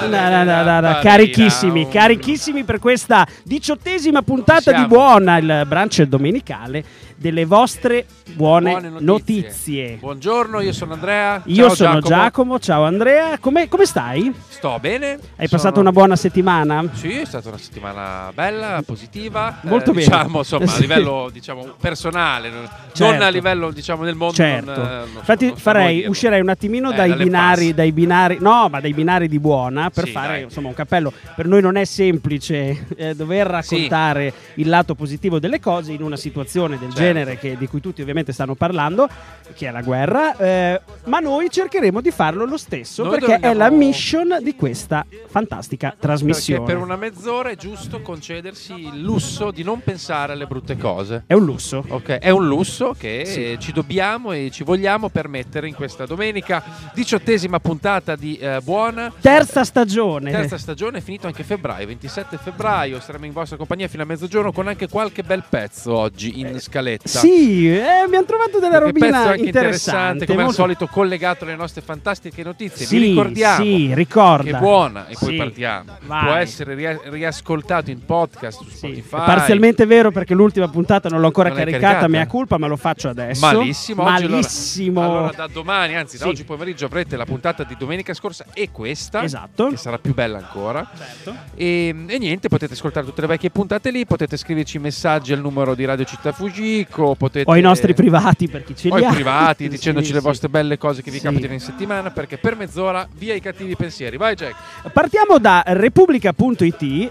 Carichissimi per questa 18ª puntata di Buona, il brunch domenicale delle vostre buone notizie. Buongiorno, io sono Andrea. Io sono Giacomo. Ciao Andrea, come stai? Sto bene. Hai passato una buona settimana? Sì, è stata una settimana bella, positiva. Molto bene. Diciamo, insomma, a livello personale, non a livello del mondo. Certo. Infatti uscirei un attimino dai binari di Buona per fare insomma un cappello. Per noi non è semplice dover raccontare il lato positivo delle cose in una situazione del genere di cui tutti ovviamente stanno parlando, che è la guerra, ma noi cercheremo di farlo lo stesso perché è la mission di questa fantastica trasmissione. Perché per una mezz'ora è giusto concedersi il lusso di non pensare alle brutte cose. È un lusso. Ok, è un lusso che ci dobbiamo e ci vogliamo permettere in questa domenica, 18ª puntata di Buona. Terza stagione, è finito anche febbraio, 27 febbraio, saremo in vostra compagnia fino a mezzogiorno con anche qualche bel pezzo oggi in scaletta. Sì, abbiamo trovato della robina anche interessante, come al solito collegato alle nostre fantastiche notizie. Vi ricordiamo che è Buona e poi partiamo. Può essere riascoltato in podcast su Spotify. È parzialmente vero perché l'ultima puntata non l'ho ancora caricata, mea culpa, ma lo faccio adesso. Malissimo. Allora da domani, anzi da oggi pomeriggio avrete la puntata di domenica scorsa e questa, che sarà più bella ancora. Certo. E niente, potete ascoltare tutte le vecchie puntate lì, potete scriverci messaggi al numero di Radio Città Fujiko, o i nostri privati per chi ce li ha. O i privati dicendoci le vostre belle cose che vi capitano in settimana, perché per mezz'ora via i cattivi pensieri. Vai Jack. Partiamo da Repubblica.it,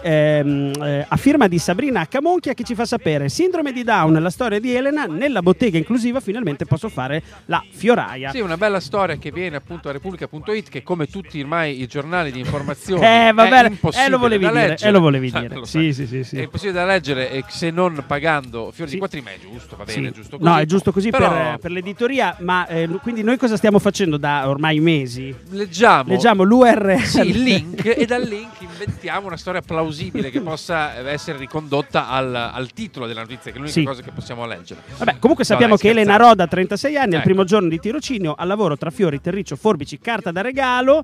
a firma di Sabrina Camonchia, che ci fa sapere: sindrome di Down, la storia di Elena, nella bottega inclusiva finalmente posso fare la fioraia. Sì, una bella storia che viene appunto a Repubblica.it, che come tutti ormai i giornali di informazione è impossibile lo volevi da dire, leggere. Lo volevi dire. Sì. È impossibile da leggere se non pagando fiori di quattrimè, giusto? Va bene, giusto così. No, è giusto così. Però per l'editoria, ma quindi noi cosa stiamo facendo da ormai mesi? Leggiamo l'URL. Sì, il link, e dal link inventiamo una storia plausibile che possa essere ricondotta al titolo della notizia, che è l'unica cosa che possiamo leggere. Vabbè, comunque sappiamo che Elena Roda, 36 anni, al primo giorno di tirocinio, al lavoro tra fiori, terriccio, forbici, carta da regalo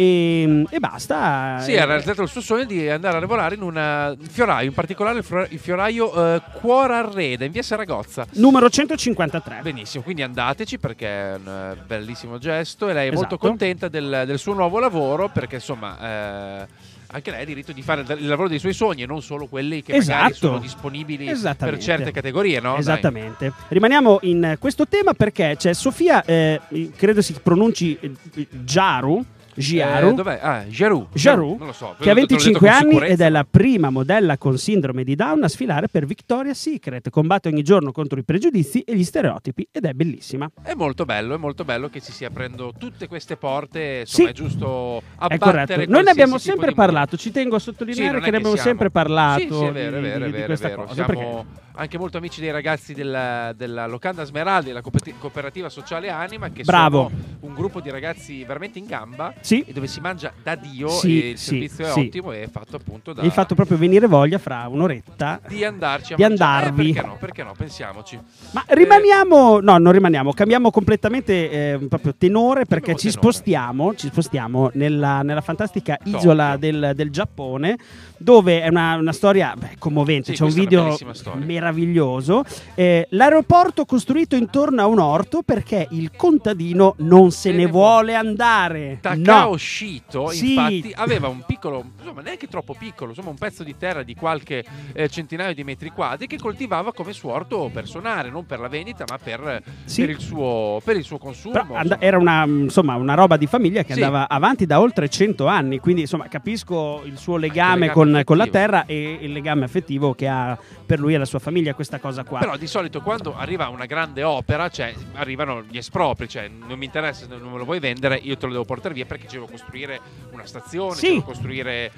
e basta. Sì, ha realizzato il suo sogno di andare a lavorare in un fioraio, in particolare il fioraio Cuora Arreda in via Saragozza, numero 153. Benissimo, quindi andateci perché è un bellissimo gesto e lei è molto contenta del suo nuovo lavoro, perché insomma anche lei ha diritto di fare il lavoro dei suoi sogni e non solo quelli che magari sono disponibili per certe categorie, no? Esattamente. Rimaniamo in questo tema perché c'è Sofia, credo si pronunci Giaru. Dov'è? Giaru, non lo so, che ha 25 anni ed è la prima modella con sindrome di Down a sfilare per Victoria's Secret. Combatte ogni giorno contro i pregiudizi e gli stereotipi ed è bellissima. È molto bello che si stia aprendo tutte queste porte. Insomma, è giusto abbattere. Noi ne abbiamo sempre parlato, ci tengo a sottolineare che ne abbiamo sempre parlato. Sì, è vero, di questa cosa. Siamo anche molto amici dei ragazzi della Locanda Smeraldi, la cooperativa sociale Anima, che sono un gruppo di ragazzi veramente in gamba. E dove si mangia da Dio e il servizio è ottimo e è fatto appunto da... Mi hai fatto proprio venire voglia fra un'oretta di andarci di andarvi. Perché no, pensiamoci. Ma rimaniamo, non rimaniamo, cambiamo completamente proprio tenore, perché ci spostiamo nella fantastica isola del Giappone, dove è una storia commovente, c'è un video meraviglioso. L'aeroporto costruito intorno a un orto perché il contadino non se ne vuole andare. Takao Shito, infatti, aveva un piccolo, insomma neanche troppo piccolo, insomma un pezzo di terra di qualche centinaio di metri quadri che coltivava come suo orto personale, non per la vendita ma per il suo consumo. Era una roba di famiglia che andava avanti da oltre 100 anni, quindi insomma capisco il suo legame con la terra e il legame affettivo che ha per lui e la sua famiglia, questa cosa qua. Però di solito quando arriva una grande opera, arrivano gli espropri, non mi interessa, non me lo vuoi vendere, io te lo devo portare via perché ci devo costruire una stazione, ci devo costruire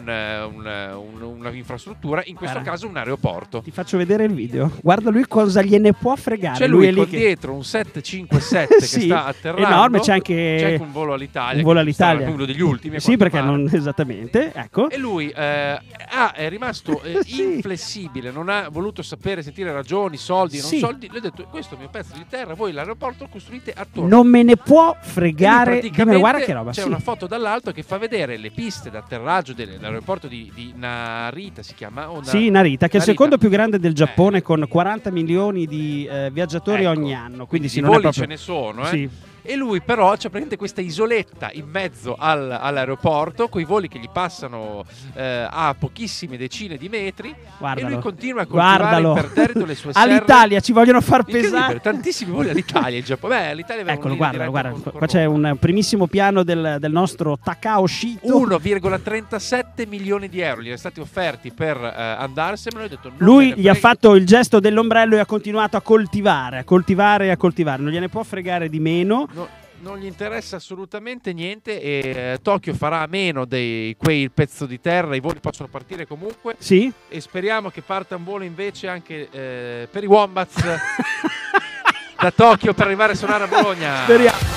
una infrastruttura, in questo caso un aeroporto. Ti faccio vedere il video, guarda lui cosa gliene può fregare. C'è lui con dietro un 757 che sta atterrando, enorme, c'è anche un volo all'Italia, uno degli ultimi, perché non esattamente, ecco. E lui è rimasto inflessibile, non ha voluto sapere, sentire ragioni, soldi, non soldi. Le ho detto: questo è il mio pezzo di terra, voi l'aeroporto costruite attorno. Non me ne può fregare. Guarda che roba. C'è una foto dall'alto che fa vedere le piste d'atterraggio dell'aeroporto di Narita, si chiama? Sì, Narita, che è il secondo più grande del Giappone, con 40 milioni di viaggiatori ogni anno. Quindi i voli ce ne sono, Sì. E lui però c'è praticamente questa isoletta in mezzo all'aeroporto, con i voli che gli passano a pochissime decine di metri. Guardalo. E lui continua a coltivare imperterrito le sue serre. All'Italia ci vogliono far pesare tantissimi voli all'Italia. Il Giappone, l'Italia eccolo, guarda. Qua c'è un primissimo piano del nostro Takao Shito. 1,37 milioni di euro gli è stati offerti per andarsene. Lui gli ha fatto il gesto dell'ombrello e ha continuato a coltivare. Non gliene può fregare di meno. Non gli interessa assolutamente niente, e Tokyo farà a meno di quel pezzo di terra. I voli possono partire comunque. Sì. E speriamo che parta un volo invece anche per i Wombats da Tokyo per arrivare a suonare a Bologna. Speriamo.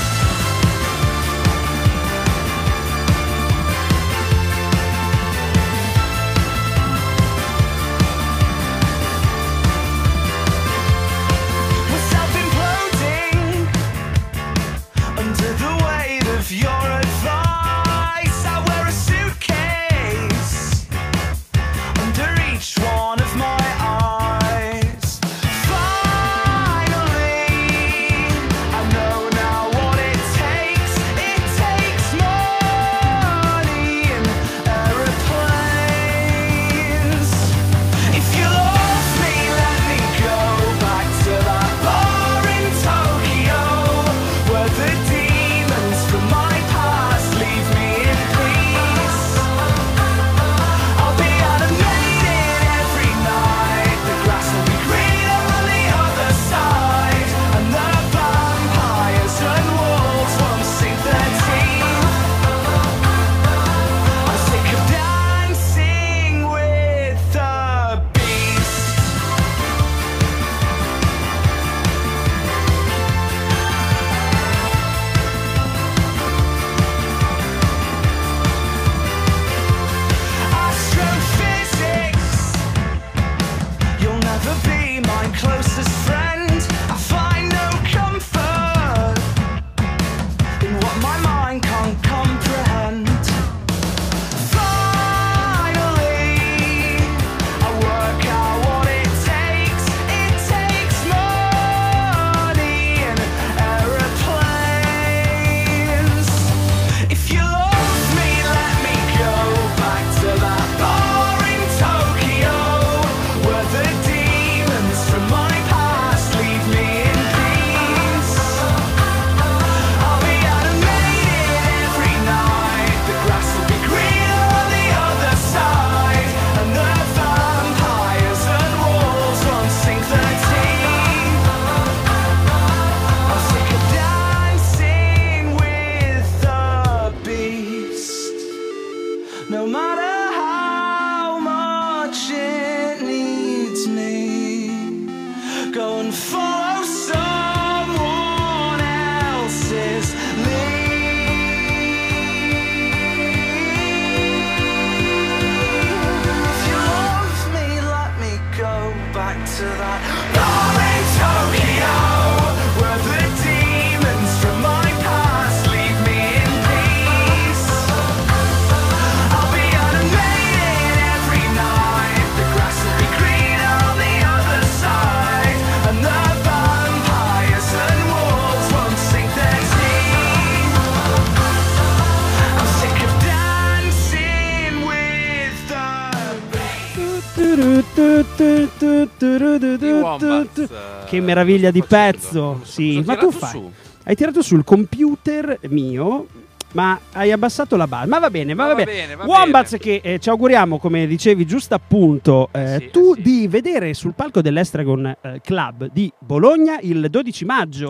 Che meraviglia di pezzo. Sì, ma tu hai tirato sul computer mio, ma hai abbassato la base. Ma va bene, va bene. Wombats, che ci auguriamo, come dicevi giusto appunto, di vedere sul palco dell'Estragon Club di Bologna il 12 maggio.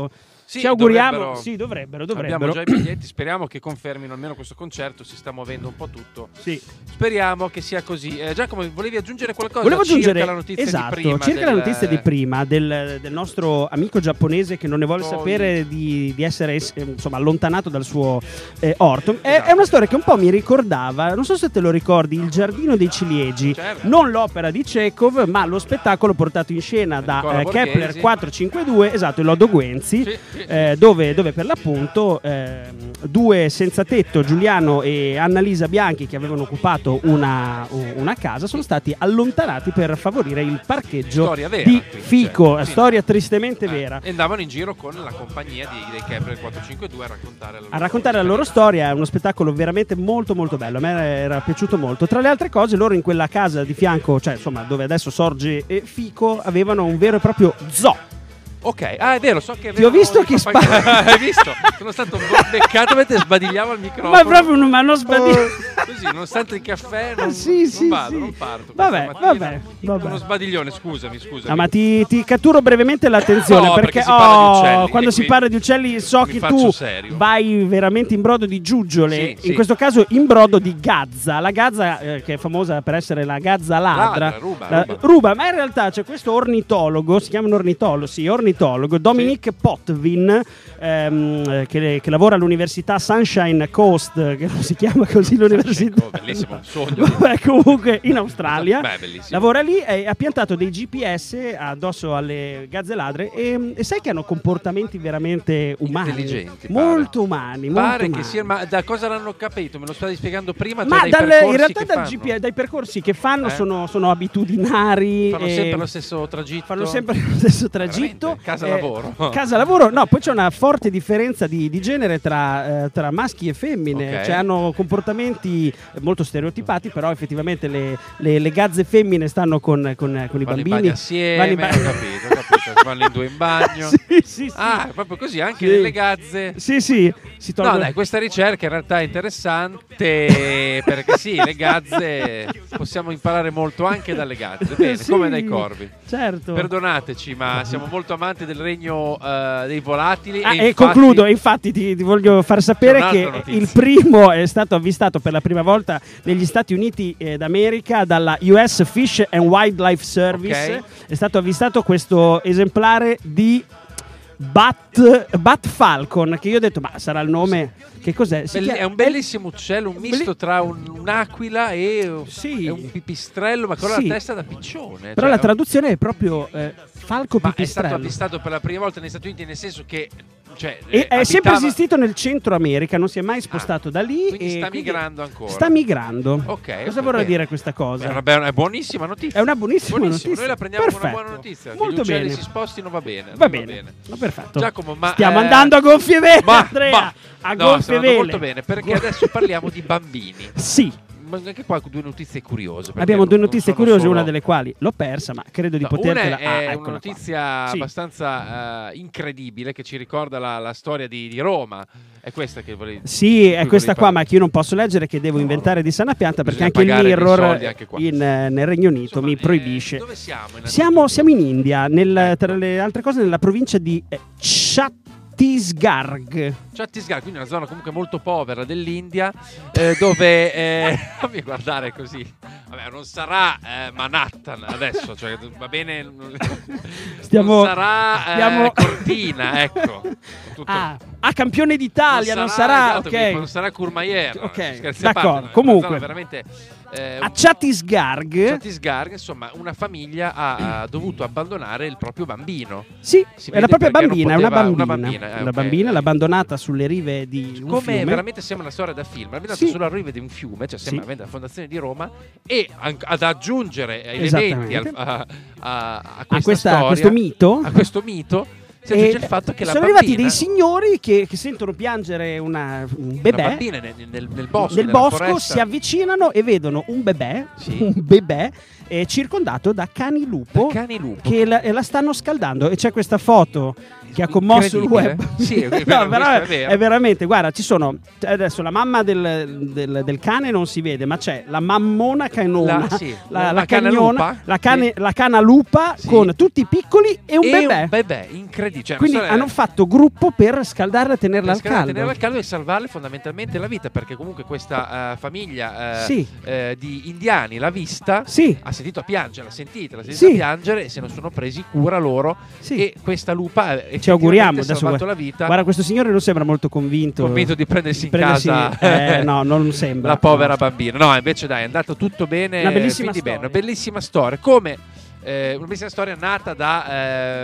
Ci auguriamo. Sì, dovrebbero. Abbiamo già i biglietti, speriamo che confermino almeno questo concerto, si sta muovendo un po' tutto. Sì. Speriamo che sia così. Giacomo, volevi aggiungere qualcosa? Volevo aggiungere circa la notizia di prima del nostro amico giapponese che non ne vuole sapere di essere insomma allontanato dal suo orto. Esatto. È una storia che un po' mi ricordava, non so se te lo ricordi, Il giardino dei ciliegi. Certo. Non l'opera di Chekhov, ma lo spettacolo portato in scena da Kepler 452, esatto, il Lodo Guenzi, dove per l'appunto due senza tetto, Giuliano e Annalisa Bianchi, che avevano occupato una casa, sono stati allontanati per favorire il parcheggio di Fico. Storia tristemente vera. E andavano in giro con la compagnia dei Kepler 452 a raccontare la loro storia. È uno spettacolo veramente molto molto bello, a me era piaciuto molto. Tra le altre cose, loro in quella casa di fianco, cioè insomma dove adesso sorge Fico, avevano un vero e proprio zoo. Ok, è vero, so che ti ho visto che hai visto? Sono stato beccato mentre sbadigliavo al microfono. Ma proprio non sbadiglio. Così, nonostante il caffè non parto. Vabbè. Uno sbadiglione, scusami. Ma ti catturo brevemente l'attenzione, perché quando si parla di uccelli so che tu vai veramente in brodo di giuggiole, in questo caso in brodo di gazza. La gazza che è famosa per essere la gazza ladra, ruba, ma in realtà c'è questo ornitologo, si chiama un ornitologo, Dominic Potvin, che lavora all'Università Sunshine Coast, che non si chiama così l'università. Bellissimo, un sogno. Comunque in Australia. Bellissimo. Lavora lì e ha piantato dei GPS addosso alle gazze ladre e sai che hanno comportamenti veramente umani, intelligenti, molto umani. Che sia, ma da cosa l'hanno capito? Me lo stavi spiegando prima? Ma in realtà dai percorsi che fanno sono abitudinari. Fanno sempre lo stesso tragitto. Casa lavoro. No, poi c'è una forte differenza di genere tra maschi e femmine. Cioè hanno comportamenti molto stereotipati, però effettivamente le gazze femmine stanno con i bambini assieme. Ho capito. Vanno in due in bagno. Sì. È proprio così anche nelle gazze. Sì. Si tolgono... No, dai, questa ricerca in realtà è interessante perché le gazze possiamo imparare molto anche dalle gazze. Bene, come dai corvi. Certo. Perdonateci, ma siamo molto amanti del regno dei volatili. E concludo, infatti ti voglio far sapere che il primo è stato avvistato per la prima volta negli Stati Uniti d'America dalla US Fish and Wildlife Service. È stato avvistato questo esemplare di Bat Falcon, che io ho detto ma sarà il nome, che cos'è? È un bellissimo uccello, un misto tra un'aquila e un pipistrello, ma con la testa da piccione. Però la traduzione è proprio falco pipistrello. È stato avvistato per la prima volta negli Stati Uniti, nel senso che è sempre esistito nel Centro America, non si è mai spostato da lì. Quindi sta migrando ancora. Sta migrando. Cosa vorrà dire questa cosa? È una buonissima notizia. È una buonissima notizia. Noi la prendiamo come una buona notizia. Molto che gli uccelli bene. si spostino va bene. No, perfetto. Giacomo, stiamo andando a gonfie vele, Andrea. A gonfie vele. Molto bene, perché adesso parliamo di bambini. Sì. Anche qua due notizie curiose. Abbiamo due notizie curiose, una delle quali l'ho persa, ma credo di potertela. È una notizia abbastanza incredibile che ci ricorda la storia di Roma. È questa che volevi? Sì, è questa qua, ma che io non posso leggere, che devo inventare di sana pianta, perché anche il Mirror nel Regno Unito mi proibisce. Dove siamo? Siamo in India, tra le altre cose nella provincia di Chhattisgarh, quindi una zona comunque molto povera dell'India, dove fammi guardare così. Vabbè, non sarà Manhattan adesso, cioè va bene. Non sarà Cortina, ecco. Campione d'Italia, non sarà. Esatto, non sarà Courmayeur. Ok, d'accordo. Comunque, veramente. A Chhattisgarh, insomma, una famiglia ha dovuto abbandonare il proprio bambino. Sì, è la propria bambina, una bambina l'ha abbandonata sulle rive di un fiume. Veramente sembra una storia da film. L'ha abbandonato sulle rive di un fiume, cioè sembra la Fondazione di Roma, e ad aggiungere elementi a questo mito, il fatto che sono arrivati dei signori che sentono piangere un bebè, una bambina nel bosco, nel bosco, si avvicinano e vedono un bebè circondato da cani lupo, che la stanno scaldando, e c'è questa foto che ha commosso il web. Sì, no, però è veramente, guarda, ci sono adesso la mamma del cane non si vede, ma c'è la mammona canona, la cagnona, la cana lupa con tutti i piccoli e un bebè. Un bebè, incredibile. Cioè, quindi hanno fatto gruppo per scaldarla e tenerla al caldo. Tenerla al caldo e salvarle fondamentalmente la vita, perché comunque questa famiglia di indiani l'ha vista, ha sentito a piangere, l'ha sentita a piangere e se ne sono presi cura loro. E questa lupa ci auguriamo, adesso salvato la vita. Guarda, questo signore non sembra molto convinto di prendersi in casa no, non sembra la povera bambina. No, invece dai, è andato tutto bene. Una bellissima storia. Una bellissima storia. Come una bellissima storia nata da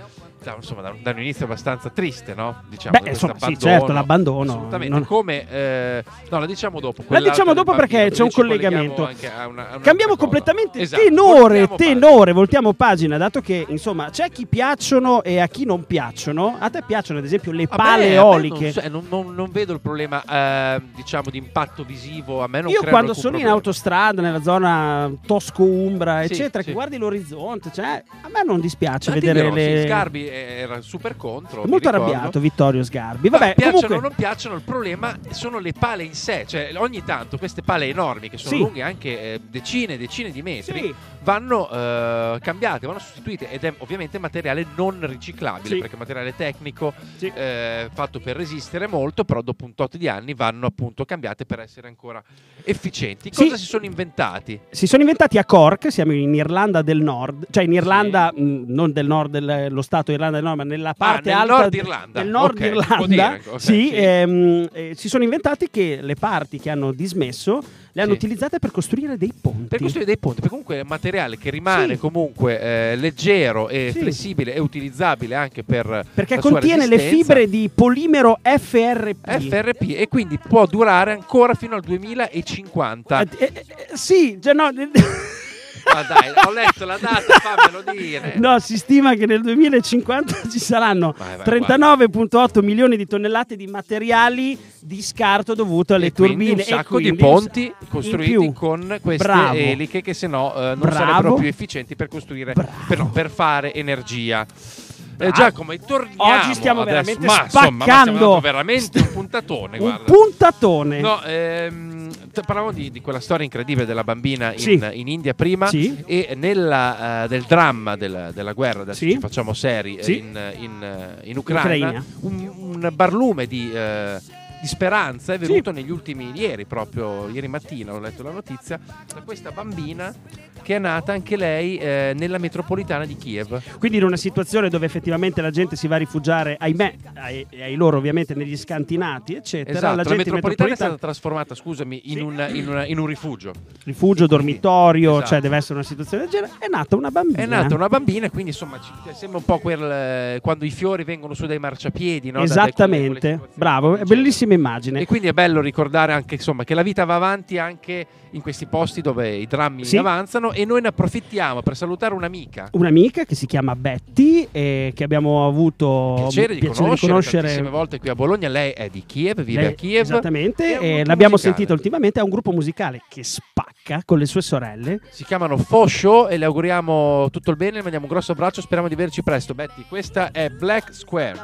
un inizio abbastanza triste, no? Diciamo, certo, l'abbandono. Assolutamente. Come la diciamo dopo. La diciamo dopo perché c'è un collegamento. Cambiamo completamente tenore, voltiamo pagina, dato che insomma c'è chi piacciono e a chi non piacciono. A te piacciono ad esempio le pale eoliche? Non vedo il problema diciamo di impatto visivo. A me non io quando sono problema. In autostrada nella zona Tosco-Umbra eccetera, che guardi l'orizzonte, cioè a me non dispiace vedere le Sgarbi era super contro. Molto arrabbiato Vittorio Sgarbi. Vabbè, piacciono comunque o non piacciono, il problema sono le pale in sé. Cioè ogni tanto queste pale enormi che sono lunghe anche decine e decine di metri vanno cambiate, vanno sostituite, ed è ovviamente materiale non riciclabile perché è materiale tecnico fatto per resistere molto, però dopo un tot di anni vanno appunto cambiate per essere ancora efficienti. Cosa si sono inventati? Si sono inventati a Cork, siamo in Irlanda del Nord, cioè in Irlanda non del nord dello stato Irlanda del Nord, ma nella parte alta del Nord Irlanda. Si sono inventati che le parti che hanno dismesso le hanno utilizzate per costruire dei ponti. Perché comunque è un materiale che rimane comunque leggero e flessibile e utilizzabile anche perché contiene le fibre di polimero FRP e quindi può durare ancora fino al 2050. Ma dai, ho letto la data, fammelo dire. No, si stima che nel 2050 ci saranno 39,8 milioni di tonnellate di materiali di scarto dovuto alle turbine. Un sacco di ponti costruiti con queste eliche che sennò non sarebbero più efficienti per costruire, per fare energia. Giacomo, e torniamo. Oggi stiamo veramente spaccando. Veramente un puntatone. Un puntatone. No, parlavamo di quella storia incredibile della bambina in India prima e del dramma della guerra. Adesso ci facciamo seri in Ucraina. Un barlume di speranza è venuto negli ultimi proprio ieri mattina ho letto la notizia da questa bambina che è nata anche lei nella metropolitana di Kiev. Quindi in una situazione dove effettivamente la gente si va a rifugiare, ahimè, ai loro ovviamente negli scantinati, eccetera. Esatto, la metropolitana è stata trasformata, scusami, in un rifugio. Rifugio, dormitorio, cioè deve essere una situazione del genere. È nata una bambina. È nata una bambina, quindi insomma sembra un po' quando i fiori vengono su dai marciapiedi, no? Esattamente, bravo, è bellissima immagine. E quindi è bello ricordare anche insomma che la vita va avanti anche in questi posti dove i drammi avanzano, e noi ne approfittiamo per salutare un'amica che si chiama Betty e che abbiamo avuto piacere di conoscere tantissime volte qui a Bologna. Lei è di Kiev, vive a Kiev. Esattamente, e l'abbiamo sentita ultimamente. È un gruppo musicale che spacca con le sue sorelle. Si chiamano Faux Show e le auguriamo tutto il bene, le mandiamo un grosso abbraccio, speriamo di vederci presto. Betty, questa è Black Square.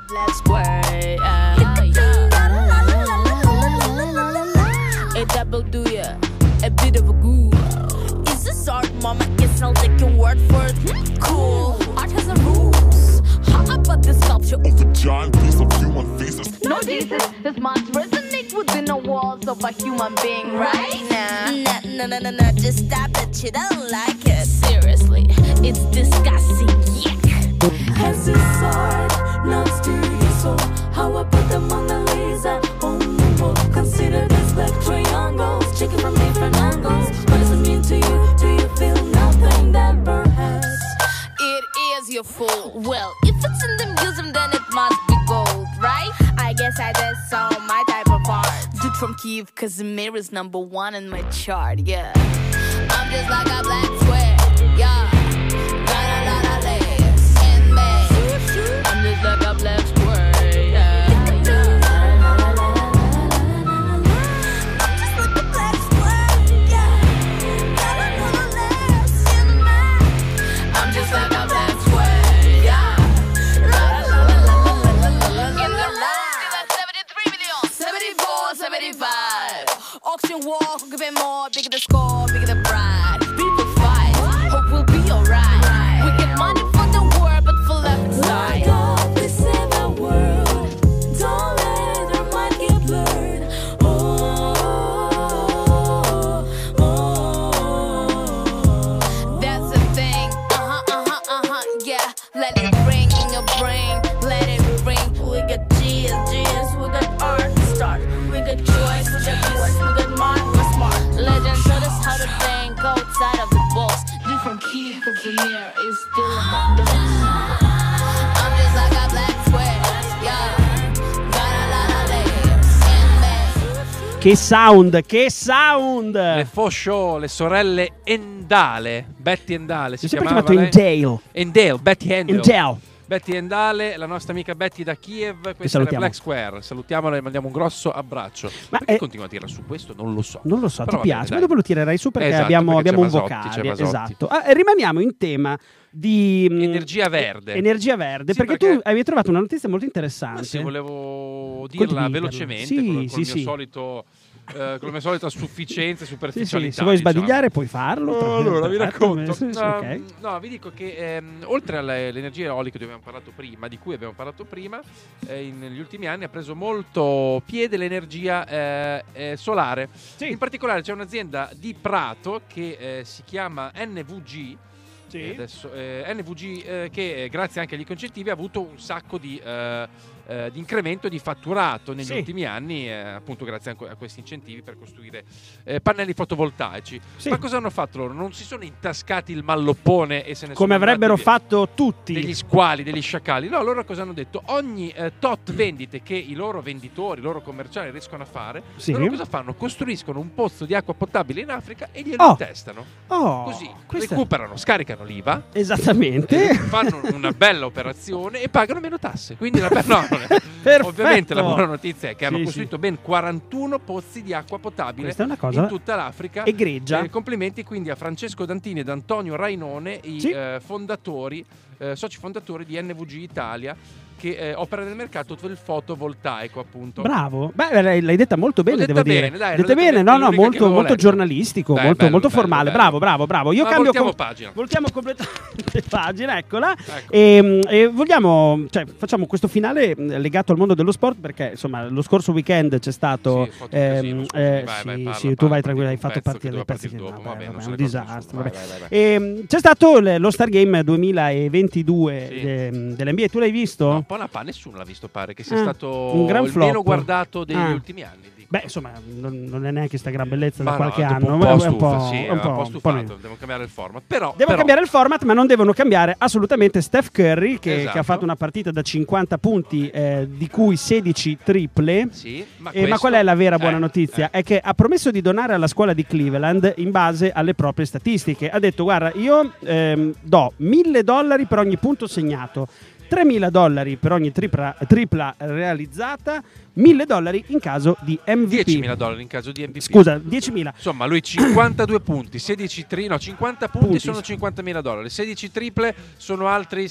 A bit of a goo. Is this art, mama? Guess I'll take your word for it. Cool. Art has a rules. How about the sculpture of a giant piece of human faces? No, Jesus, this must resonate within the walls of a human being, right? Nah, just stop it, shit, I don't like it. Seriously, it's disgusting, yuck. Has this art nods to your soul? How about the Mona Lisa? Consider this like triangles, chicken from different angles. What does it mean to you? Do you feel nothing that perhaps it is your fault? Well, if it's in the museum, then it must be gold, right? I guess I just saw my type of art. Dude from Kiev, Casimir is #1 in my chart, yeah. I'm just like a black square, yeah. Got a lot of legs and bags. I'm just like a black square, yeah. the war, who give it more, bigger the score, bigger the pride. People fight, hope we'll be alright. We get money for the world, but for left inside. God, we save our world. Don't let our mind get blurred. Oh, that's the thing. Yeah, let it ring in your brain. Let it ring. We got G's, we got art, start. We got choice, we got voice, we got mind, we're smart. Legend showed us how to think outside of the box. Different key for veneer is still among the I'm just like a black square, yeah. Got a lot of layers in me. Che sound, che sound! Le Fosho, le sorelle Endale, Betty Endale si chiamava lei? Endale, Betty Endale. Betty Endale, la nostra amica Betty da Kiev, questa è Black Square. Salutiamola e mandiamo un grosso abbraccio. Ma perché continua a tirare su questo? Non lo so. Non lo so, ti piace? Ma dopo lo tirerai su perché abbiamo un vocale. Esatto. Rimaniamo in tema di energia verde. Energia verde, sì, perché tu hai trovato una notizia molto interessante. Sì, volevo dirla velocemente con il mio solito con la mia solita sufficienza e superficialità. Sì, se vuoi sbadigliare puoi farlo. Allora vi racconto. Okay. No, vi dico che oltre all'energia eolica di cui abbiamo parlato prima, negli ultimi anni ha preso molto piede l'energia solare. Sì. In particolare c'è un'azienda di Prato che si chiama NVG. Sì. Adesso, NVG che grazie anche agli incentivi ha avuto un sacco di incremento di fatturato negli ultimi anni, appunto grazie a questi incentivi per costruire pannelli fotovoltaici. Sì. Ma cosa hanno fatto loro? Non si sono intascati il malloppone e se ne come avrebbero fatto tutti degli squali, degli sciacalli. No, loro cosa hanno detto? Ogni tot vendite che i loro venditori, i loro commerciali riescono a fare, loro cosa fanno? Costruiscono un pozzo di acqua potabile in Africa e glielo intestano. Così recuperano, scaricano l'IVA, esattamente, fanno una bella operazione e pagano meno tasse. Quindi ovviamente la buona notizia è che hanno costruito ben 41 pozzi di acqua potabile in tutta l'Africa. Egregia. Complimenti quindi a Francesco Dantini ed Antonio Rainone, i fondatori, soci fondatori di NVG Italia, che opera nel mercato del fotovoltaico, appunto. Bravo. Beh, l'hai detta molto bene, devo dire. Dette bene, no, molto giornalistico, molto formale. Bello. Bravo. Io cambio pagina. Voltiamo completamente pagina, eccola. Ecco. E vogliamo, facciamo questo finale legato al mondo dello sport perché, insomma, lo scorso weekend c'è stato tu vai tranquillo, hai fatto partire le pezzi dopo, vabbè, un disastro. C'è stato lo Star Game 2022 dell'NBA, tu l'hai visto? Nessuno l'ha visto, pare che sia stato un gran flop, meno guardato degli ultimi anni. Beh, insomma, non è neanche sta gran bellezza da qualche Un anno. po' stufato, devono cambiare il format. Devono cambiare il format, ma non devono cambiare assolutamente Steph Curry, che ha fatto una partita da 50 punti, di cui 16 triple. Sì, ma qual è la vera buona notizia? È che ha promesso di donare alla scuola di Cleveland in base alle proprie statistiche. Ha detto, guarda, io do $1.000 per ogni punto segnato, $3.000 per ogni tripla realizzata, $1.000 in caso di MVP. $10.000 in caso di MVP. Scusa, 10.000. Insomma, lui 52 punti, 50 punti sono $50.000, 16 triple sono altri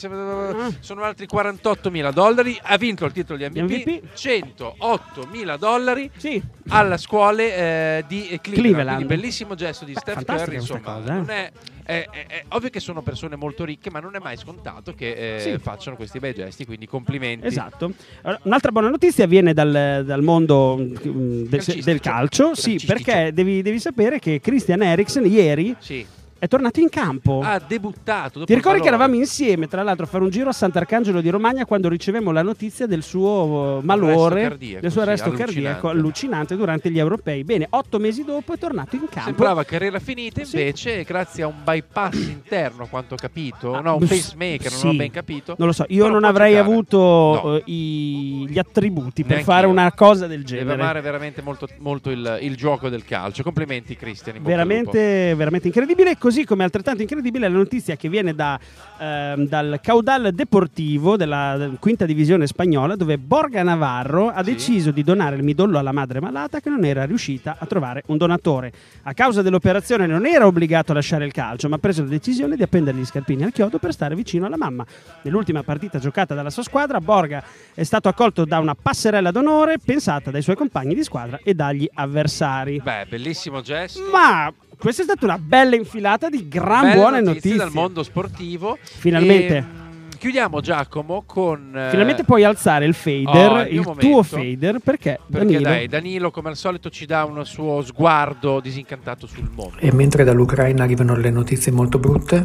$48.000. Ha vinto il titolo di MVP. $108.000 alla scuola di Cleveland. Quindi bellissimo gesto di Steph Curry. Insomma, non è ovvio che sono persone molto ricche, ma non è mai scontato che facciano questi bei gesti, quindi complimenti. Esatto. Un'altra buona notizia viene dal mondo del calcio, perché devi sapere che Christian Eriksen ieri è tornato in campo. Ha debuttato. Ti ricordi che eravamo insieme, tra l'altro, a fare un giro a Sant'Arcangelo di Romagna quando ricevemmo la notizia del suo malore, del suo arresto cardiaco allucinante durante gli europei. Bene, 8 mesi dopo è tornato in campo. Sembrava carriera finita, invece, grazie a un bypass interno, a quanto ho capito, un pacemaker, non ho ben capito. Non lo so, io non avrei avuto gli attributi per fare una cosa del genere. Deve amare veramente molto, molto il gioco del calcio. Complimenti, Cristian. Veramente incredibile. così come altrettanto incredibile la notizia che viene dal Caudal Deportivo della quinta divisione spagnola, dove Borja Navarro ha deciso di donare il midollo alla madre malata che non era riuscita a trovare un donatore. A causa dell'operazione non era obbligato a lasciare il calcio, ma ha preso la decisione di appendere gli scarpini al chiodo per stare vicino alla mamma. Nell'ultima partita giocata dalla sua squadra, Borja è stato accolto da una passerella d'onore pensata dai suoi compagni di squadra e dagli avversari. Beh, bellissimo gesto. Ma questa è stata una bella infilata di buone notizie dal mondo sportivo. Finalmente. Chiudiamo, Giacomo, con... Finalmente puoi alzare il fader, il tuo fader, perché Danilo come al solito ci dà un suo sguardo disincantato sul mondo. E mentre dall'Ucraina arrivano le notizie molto brutte,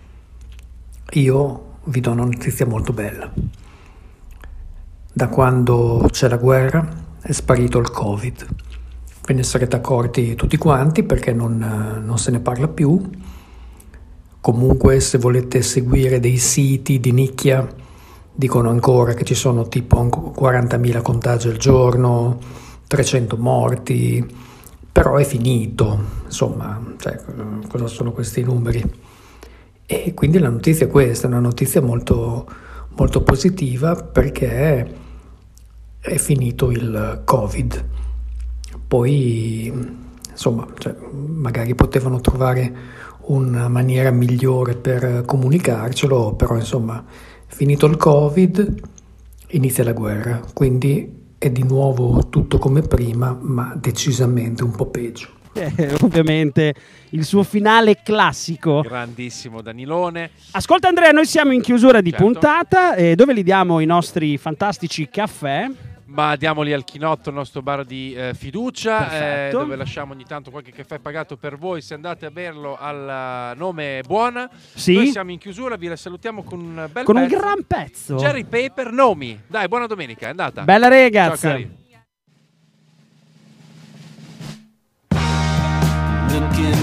io vi do una notizia molto bella. Da quando c'è la guerra è sparito il Covid. Ve ne sarete accorti tutti quanti perché non se ne parla più. Comunque, se volete seguire dei siti di nicchia, dicono ancora che ci sono tipo 40.000 contagi al giorno, 300 morti, però è finito. Insomma, cosa sono questi numeri? E quindi la notizia è questa, è una notizia molto, molto positiva perché è finito il Covid. Poi, insomma, magari potevano trovare una maniera migliore per comunicarcelo, però insomma, finito il Covid, inizia la guerra, quindi è di nuovo tutto come prima, ma decisamente un po' peggio. Ovviamente il suo finale classico. Grandissimo Danilone. Ascolta Andrea, noi siamo in chiusura di puntata, dove li diamo i nostri fantastici caffè? Ma diamoli al Chinotto, il nostro bar di fiducia, dove lasciamo ogni tanto qualche caffè pagato per voi se andate a berlo al nome Buona. Sì. Noi siamo in chiusura, vi salutiamo con un bel pezzo. Un gran pezzo. Jerry Paper, Nomi. Dai, buona domenica, è andata. Bella ragazzi. Ciao cari.